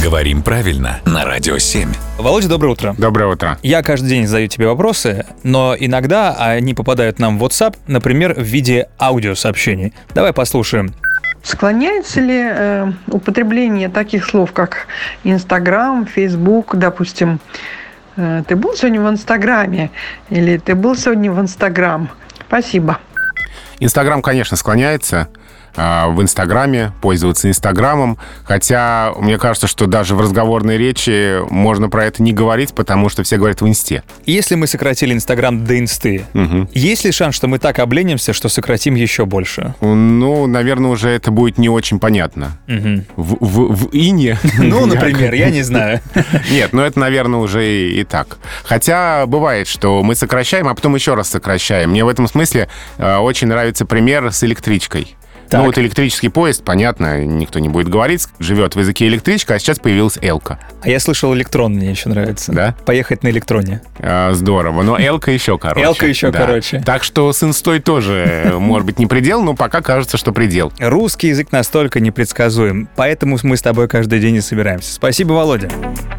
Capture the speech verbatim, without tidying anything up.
Говорим правильно на Радио семь. Володя, доброе утро. Доброе утро. Я каждый день задаю тебе вопросы, но иногда они попадают нам в WhatsApp, например, в виде аудиосообщений. Давай послушаем. Склоняется ли э, употребление таких слов, как Инстаграм, Фейсбук, допустим, э, ты был сегодня в Инстаграме или ты был сегодня в Инстаграм? Спасибо. Инстаграм, конечно, склоняется в Инстаграме, пользоваться Инстаграмом, хотя мне кажется, что даже в разговорной речи можно про это не говорить, потому что все говорят в Инсте. Если мы сократили Инстаграм до Инсты, угу. есть ли шанс, что мы так обленимся, что сократим еще больше? Ну, наверное, уже это будет не очень понятно. Угу. В, в, в Ине? Ну, например, я не знаю. Нет, ну это, наверное, уже и, и так. Хотя бывает, что мы сокращаем, а потом еще раз сокращаем. Мне в этом смысле э, очень нравится пример с электричкой. Так. Ну вот электрический поезд, понятно, никто не будет говорить, живет в языке электричка, а сейчас появилась элка. А я слышал электрон, мне еще нравится. Да? Поехать на электроне. А, здорово, но элка еще короче. Элка еще да. короче. Так что с инстой тоже, может быть, не предел, но пока кажется, что предел. Русский язык настолько непредсказуем, поэтому мы с тобой каждый день и собираемся. Спасибо, Володя.